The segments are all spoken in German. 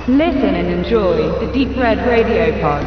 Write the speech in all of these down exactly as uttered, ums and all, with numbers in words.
Listen and enjoy the Deep Red Radio Pod.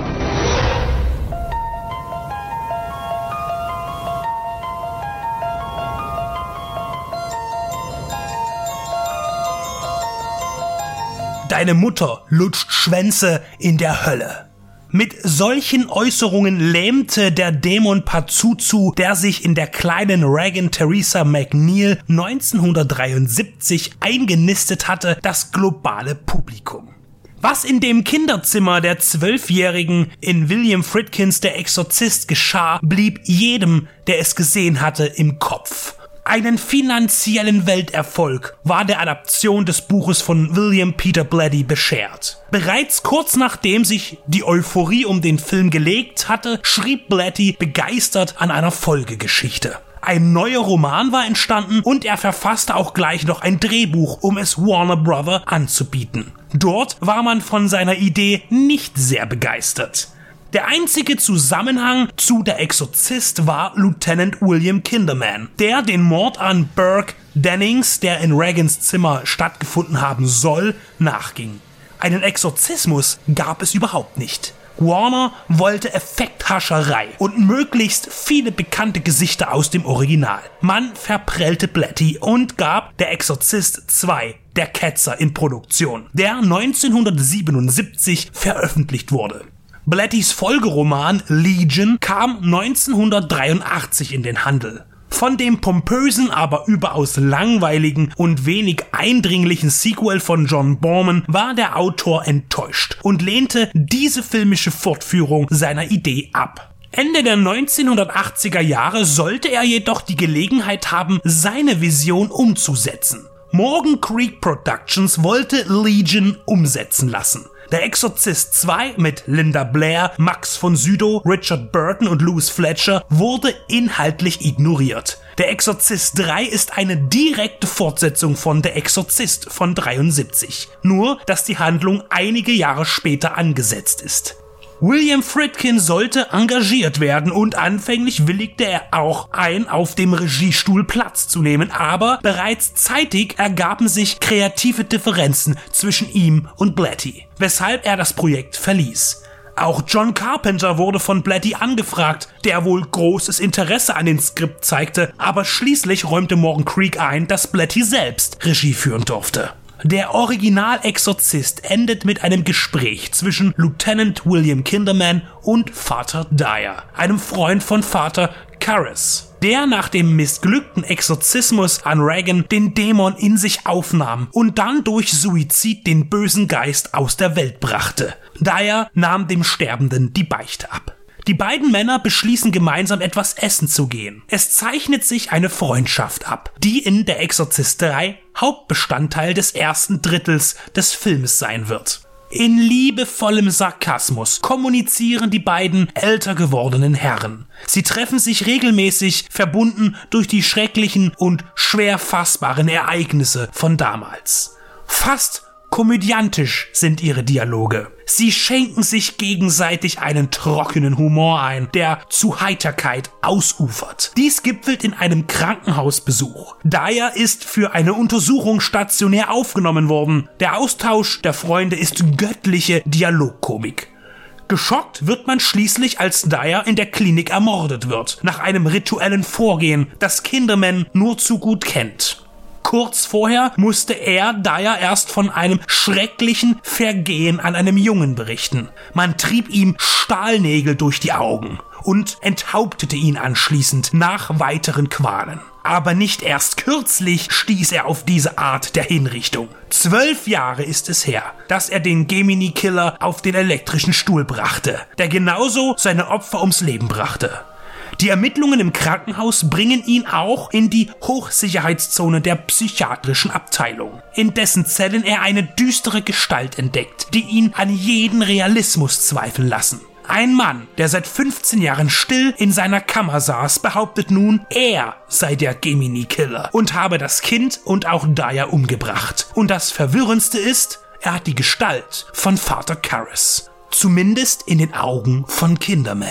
Deine Mutter lutscht Schwänze in der Hölle. Mit solchen Äußerungen lähmte der Dämon Pazuzu, der sich in der kleinen Regan Theresa McNeil neunzehnhundertdreiundsiebzig eingenistet hatte, das globale Publikum. Was in dem Kinderzimmer der Zwölfjährigen in William Friedkins Der Exorzist geschah, blieb jedem, der es gesehen hatte, im Kopf. Einen finanziellen Welterfolg war der Adaption des Buches von William Peter Blatty beschert. Bereits kurz nachdem sich die Euphorie um den Film gelegt hatte, schrieb Blatty begeistert an einer Folgegeschichte. Ein neuer Roman war entstanden und er verfasste auch gleich noch ein Drehbuch, um es Warner Brothers anzubieten. Dort war man von seiner Idee nicht sehr begeistert. Der einzige Zusammenhang zu Der Exorzist war Lieutenant William Kinderman, der den Mord an Burke Dennings, der in Regans Zimmer stattgefunden haben soll, nachging. Einen Exorzismus gab es überhaupt nicht. Warner wollte Effekthascherei und möglichst viele bekannte Gesichter aus dem Original. Man verprellte Blatty und gab Der Exorzist zwei, Der Ketzer, in Produktion, der neunzehnhundertsiebenundsiebzig veröffentlicht wurde. Blattys Folgeroman Legion kam neunzehnhundertdreiundachtzig in den Handel. Von dem pompösen, aber überaus langweiligen und wenig eindringlichen Sequel von John Boorman war der Autor enttäuscht und lehnte diese filmische Fortführung seiner Idee ab. Ende der neunzehnhundertachtziger Jahre sollte er jedoch die Gelegenheit haben, seine Vision umzusetzen. Morgan Creek Productions wollte Legion umsetzen lassen. Der Exorzist zwei mit Linda Blair, Max von Sydow, Richard Burton und Louis Fletcher wurde inhaltlich ignoriert. Der Exorzist drei ist eine direkte Fortsetzung von Der Exorzist von dreiundsiebzig, nur dass die Handlung einige Jahre später angesetzt ist. William Friedkin sollte engagiert werden und anfänglich willigte er auch ein, auf dem Regiestuhl Platz zu nehmen, aber bereits zeitig ergaben sich kreative Differenzen zwischen ihm und Blatty, weshalb er das Projekt verließ. Auch John Carpenter wurde von Blatty angefragt, der wohl großes Interesse an dem Skript zeigte, aber schließlich räumte Morgan Creek ein, dass Blatty selbst Regie führen durfte. Der Original-Exorzist endet mit einem Gespräch zwischen Lieutenant William Kinderman und Vater Dyer, einem Freund von Vater Karras, der nach dem missglückten Exorzismus an Regan den Dämon in sich aufnahm und dann durch Suizid den bösen Geist aus der Welt brachte. Dyer nahm dem Sterbenden die Beichte ab. Die beiden Männer beschließen gemeinsam etwas essen zu gehen. Es zeichnet sich eine Freundschaft ab, die in Der Exorzist drei Hauptbestandteil des ersten Drittels des Films sein wird. In liebevollem Sarkasmus kommunizieren die beiden älter gewordenen Herren. Sie treffen sich regelmäßig, verbunden durch die schrecklichen und schwer fassbaren Ereignisse von damals. Fast komödiantisch sind ihre Dialoge. Sie schenken sich gegenseitig einen trockenen Humor ein, der zu Heiterkeit ausufert. Dies gipfelt in einem Krankenhausbesuch. Dyer ist für eine Untersuchung stationär aufgenommen worden. Der Austausch der Freunde ist göttliche Dialogkomik. Geschockt wird man schließlich, als Dyer in der Klinik ermordet wird, nach einem rituellen Vorgehen, das Kinderman nur zu gut kennt. Kurz vorher musste er Dyer erst von einem schrecklichen Vergehen an einem Jungen berichten. Man trieb ihm Stahlnägel durch die Augen und enthauptete ihn anschließend nach weiteren Qualen. Aber nicht erst kürzlich stieß er auf diese Art der Hinrichtung. Zwölf Jahre ist es her, dass er den Gemini-Killer auf den elektrischen Stuhl brachte, der genauso seine Opfer ums Leben brachte. Die Ermittlungen im Krankenhaus bringen ihn auch in die Hochsicherheitszone der psychiatrischen Abteilung, in dessen Zellen er eine düstere Gestalt entdeckt, die ihn an jeden Realismus zweifeln lassen. Ein Mann, der seit fünfzehn Jahren still in seiner Kammer saß, behauptet nun, er sei der Gemini-Killer und habe das Kind und auch Dyer umgebracht. Und das Verwirrendste ist, er hat die Gestalt von Vater Karras. Zumindest in den Augen von Kinderman.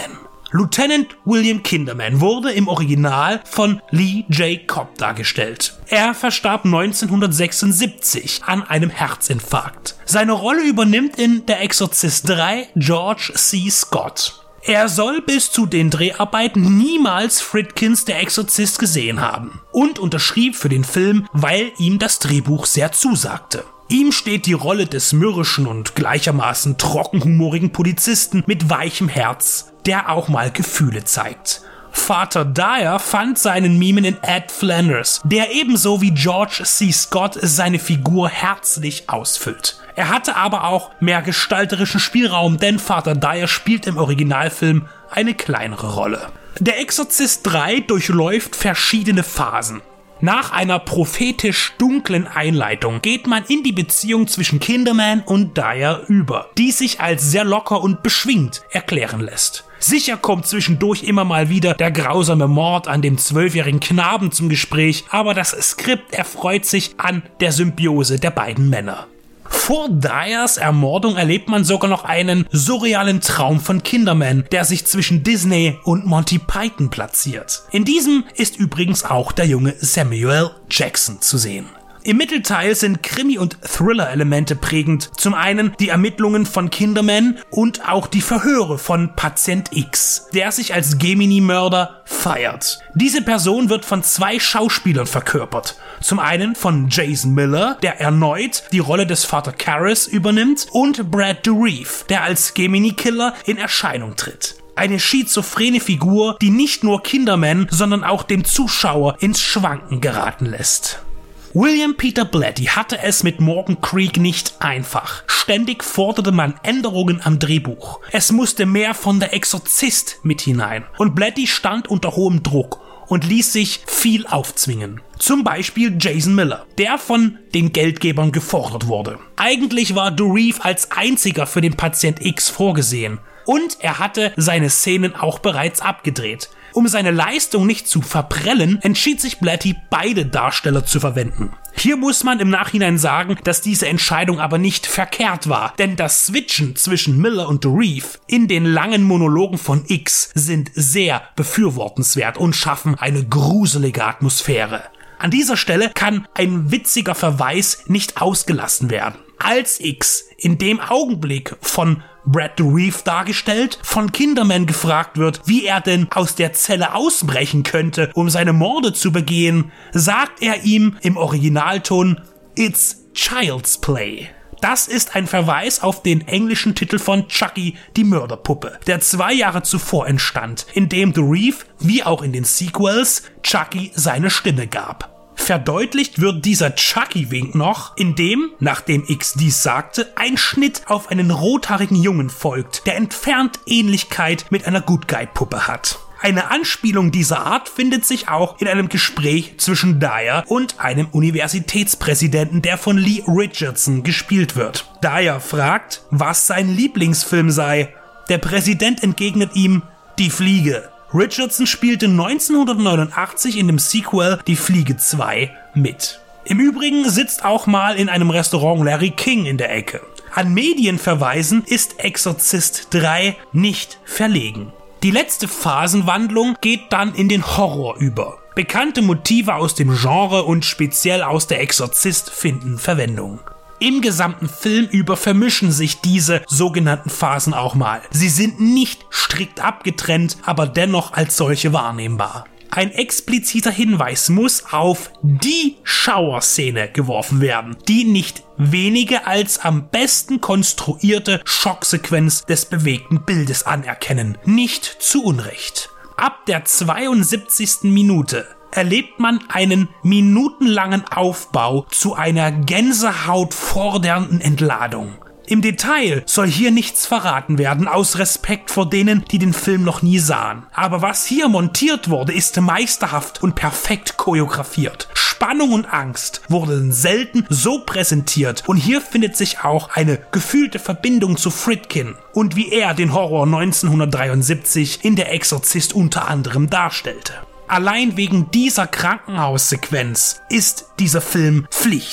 Lieutenant William Kinderman wurde im Original von Lee J. Cobb dargestellt. Er verstarb neunzehnhundertsechsundsiebzig an einem Herzinfarkt. Seine Rolle übernimmt in Der Exorzist drei George C. Scott. Er soll bis zu den Dreharbeiten niemals Friedkins Der Exorzist gesehen haben und unterschrieb für den Film, weil ihm das Drehbuch sehr zusagte. Ihm steht die Rolle des mürrischen und gleichermaßen trockenhumorigen Polizisten mit weichem Herz, der auch mal Gefühle zeigt. Vater Dyer fand seinen Mimen in Ed Flanders, der ebenso wie George C. Scott seine Figur herzlich ausfüllt. Er hatte aber auch mehr gestalterischen Spielraum, denn Vater Dyer spielt im Originalfilm eine kleinere Rolle. Der Exorzist drei durchläuft verschiedene Phasen. Nach einer prophetisch dunklen Einleitung geht man in die Beziehung zwischen Kinderman und Dyer über, die sich als sehr locker und beschwingt erklären lässt. Sicher kommt zwischendurch immer mal wieder der grausame Mord an dem zwölfjährigen Knaben zum Gespräch, aber das Skript erfreut sich an der Symbiose der beiden Männer. Vor Dyers Ermordung erlebt man sogar noch einen surrealen Traum von Kinderman, der sich zwischen Disney und Monty Python platziert. In diesem ist übrigens auch der junge Samuel Jackson zu sehen. Im Mittelteil sind Krimi- und Thriller-Elemente prägend. Zum einen die Ermittlungen von Kinderman und auch die Verhöre von Patient X, der sich als Gemini-Mörder feiert. Diese Person wird von zwei Schauspielern verkörpert. Zum einen von Jason Miller, der erneut die Rolle des Vater Karras übernimmt, und Brad Dourif, der als Gemini-Killer in Erscheinung tritt. Eine schizophrene Figur, die nicht nur Kinderman, sondern auch dem Zuschauer ins Schwanken geraten lässt. William Peter Blatty hatte es mit Morgan Creek nicht einfach. Ständig forderte man Änderungen am Drehbuch. Es musste mehr von Der Exorzist mit hinein. Und Blatty stand unter hohem Druck und ließ sich viel aufzwingen. Zum Beispiel Jason Miller, der von den Geldgebern gefordert wurde. Eigentlich war Dourif als einziger für den Patient X vorgesehen. Und er hatte seine Szenen auch bereits abgedreht. Um seine Leistung nicht zu verprellen, entschied sich Blatty, beide Darsteller zu verwenden. Hier muss man im Nachhinein sagen, dass diese Entscheidung aber nicht verkehrt war, denn das Switchen zwischen Miller und Dourif in den langen Monologen von X sind sehr befürwortenswert und schaffen eine gruselige Atmosphäre. An dieser Stelle kann ein witziger Verweis nicht ausgelassen werden. Als X in dem Augenblick von Brad Dourif dargestellt, von Kinderman gefragt wird, wie er denn aus der Zelle ausbrechen könnte, um seine Morde zu begehen, sagt er ihm im Originalton "It's Child's Play". Das ist ein Verweis auf den englischen Titel von Chucky, die Mörderpuppe, der zwei Jahre zuvor entstand, in dem Dourif, wie auch in den Sequels, Chucky seine Stimme gab. Verdeutlicht wird dieser Chucky-Wink noch, indem, nachdem X dies sagte, ein Schnitt auf einen rothaarigen Jungen folgt, der entfernt Ähnlichkeit mit einer Good-Guy-Puppe hat. Eine Anspielung dieser Art findet sich auch in einem Gespräch zwischen Dyer und einem Universitätspräsidenten, der von Lee Richardson gespielt wird. Dyer fragt, was sein Lieblingsfilm sei. Der Präsident entgegnet ihm, Die Fliege. Richardson spielte neunzehnhundertneunundachtzig in dem Sequel Die Fliege zwei mit. Im Übrigen sitzt auch mal in einem Restaurant Larry King in der Ecke. An Medienverweisen ist Exorzist drei nicht verlegen. Die letzte Phasenwandlung geht dann in den Horror über. Bekannte Motive aus dem Genre und speziell aus Der Exorzist finden Verwendung. Im gesamten Film über vermischen sich diese sogenannten Phasen auch mal. Sie sind nicht strikt abgetrennt, aber dennoch als solche wahrnehmbar. Ein expliziter Hinweis muss auf die Schauerszene geworfen werden, die nicht wenige als am besten konstruierte Schocksequenz des bewegten Bildes anerkennen. Nicht zu Unrecht. Ab der zweiundsiebzigsten Minute erlebt man einen minutenlangen Aufbau zu einer gänsehautfordernden Entladung. Im Detail soll hier nichts verraten werden, aus Respekt vor denen, die den Film noch nie sahen. Aber was hier montiert wurde, ist meisterhaft und perfekt choreografiert. Spannung und Angst wurden selten so präsentiert und hier findet sich auch eine gefühlte Verbindung zu Friedkin und wie er den Horror neunzehnhundertdreiundsiebzig in Der Exorzist unter anderem darstellte. Allein wegen dieser Krankenhaussequenz ist dieser Film Pflicht.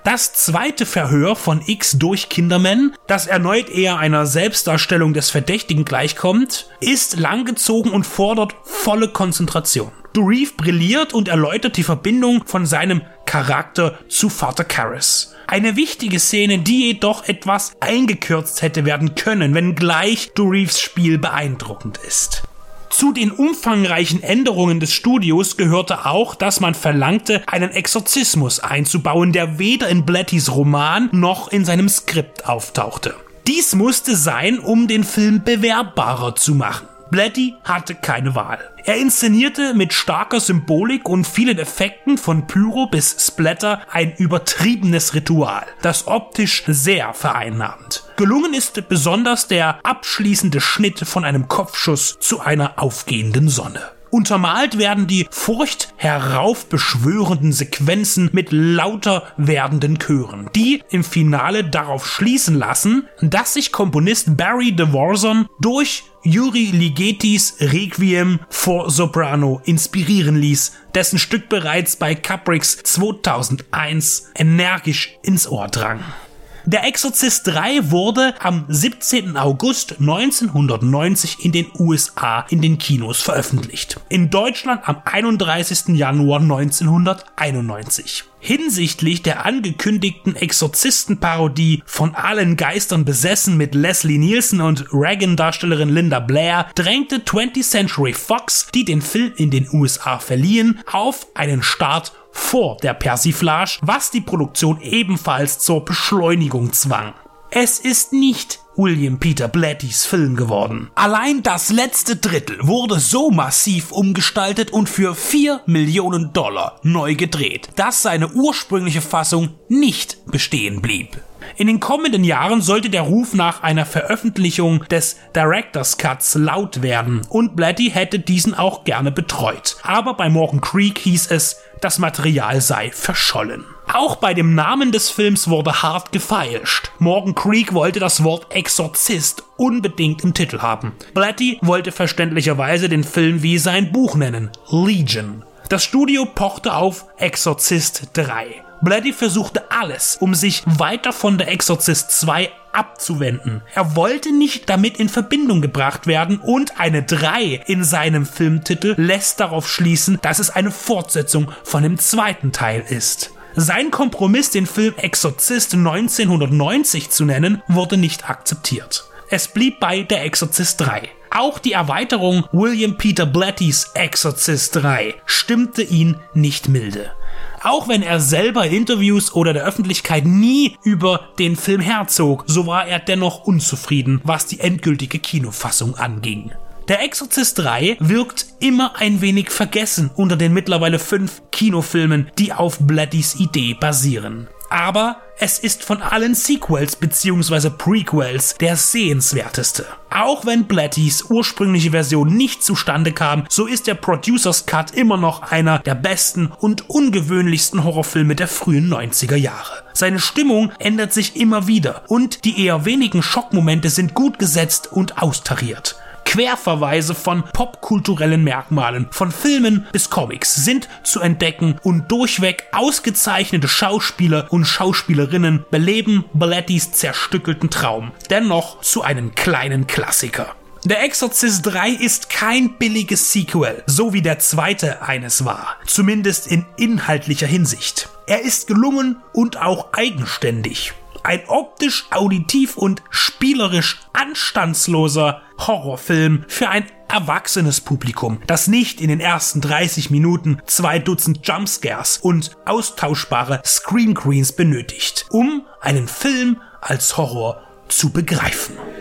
Das zweite Verhör von X durch Kinderman, das erneut eher einer Selbstdarstellung des Verdächtigen gleichkommt, ist langgezogen und fordert volle Konzentration. Dourif brilliert und erläutert die Verbindung von seinem Charakter zu Vater Karras. Eine wichtige Szene, die jedoch etwas eingekürzt hätte werden können, wenngleich Dourifs Spiel beeindruckend ist. Zu den umfangreichen Änderungen des Studios gehörte auch, dass man verlangte, einen Exorzismus einzubauen, der weder in Blattys Roman noch in seinem Skript auftauchte. Dies musste sein, um den Film bewerbbarer zu machen. Blatty hatte keine Wahl. Er inszenierte mit starker Symbolik und vielen Effekten von Pyro bis Splatter ein übertriebenes Ritual, das optisch sehr vereinnahmt. Gelungen ist besonders der abschließende Schnitt von einem Kopfschuss zu einer aufgehenden Sonne. Untermalt werden die Furcht heraufbeschwörenden Sequenzen mit lauter werdenden Chören, die im Finale darauf schließen lassen, dass sich Komponist Barry Dvorak durch Yuri Ligetis Requiem for Soprano inspirieren ließ, dessen Stück bereits bei Kubricks zweitausendeins energisch ins Ohr drang. Der Exorzist drei wurde am siebzehnten August neunzehnhundertneunzig in den U S A in den Kinos veröffentlicht. In Deutschland am einunddreißigsten Januar neunzehnhunderteinundneunzig. Hinsichtlich der angekündigten Exorzistenparodie von allen Geistern besessen mit Leslie Nielsen und Reagan-Darstellerin Linda Blair drängte twentieth Century Fox, die den Film in den U S A verliehen, auf einen Start vor der Persiflage, was die Produktion ebenfalls zur Beschleunigung zwang. Es ist nicht William Peter Blattys Film geworden. Allein das letzte Drittel wurde so massiv umgestaltet und für vier Millionen Dollar neu gedreht, dass seine ursprüngliche Fassung nicht bestehen blieb. In den kommenden Jahren sollte der Ruf nach einer Veröffentlichung des Director's Cuts laut werden und Blatty hätte diesen auch gerne betreut. Aber bei Morgan Creek hieß es, das Material sei verschollen. Auch bei dem Namen des Films wurde hart gefeilscht. Morgan Creek wollte das Wort Exorzist unbedingt im Titel haben. Blatty wollte verständlicherweise den Film wie sein Buch nennen, Legion. Das Studio pochte auf Exorzist drei. Blatty versuchte alles, um sich weiter von der Exorzist zwei abzuwenden. Er wollte nicht damit in Verbindung gebracht werden und eine drei in seinem Filmtitel lässt darauf schließen, dass es eine Fortsetzung von dem zweiten Teil ist. Sein Kompromiss, den Film Exorzist neunzehnhundertneunzig zu nennen, wurde nicht akzeptiert. Es blieb bei Der Exorzist drei. Auch die Erweiterung William Peter Blattys Exorzist drei stimmte ihn nicht milde. Auch wenn er selber in Interviews oder der Öffentlichkeit nie über den Film herzog, so war er dennoch unzufrieden, was die endgültige Kinofassung anging. Der Exorzist drei wirkt immer ein wenig vergessen unter den mittlerweile fünf Kinofilmen, die auf Blattys Idee basieren. Aber es ist von allen Sequels bzw. Prequels der sehenswerteste. Auch wenn Blattys ursprüngliche Version nicht zustande kam, so ist der Producer's Cut immer noch einer der besten und ungewöhnlichsten Horrorfilme der frühen neunziger Jahre. Seine Stimmung ändert sich immer wieder und die eher wenigen Schockmomente sind gut gesetzt und austariert. Querverweise von popkulturellen Merkmalen, von Filmen bis Comics sind zu entdecken und durchweg ausgezeichnete Schauspieler und Schauspielerinnen beleben Blattys zerstückelten Traum, dennoch zu einem kleinen Klassiker. Der Exorzist drei ist kein billiges Sequel, so wie der zweite eines war, zumindest in inhaltlicher Hinsicht. Er ist gelungen und auch eigenständig. Ein optisch, auditiv und spielerisch anstandsloser Horrorfilm für ein erwachsenes Publikum, das nicht in den ersten dreißig Minuten zwei Dutzend Jumpscares und austauschbare Scream Queens benötigt, um einen Film als Horror zu begreifen.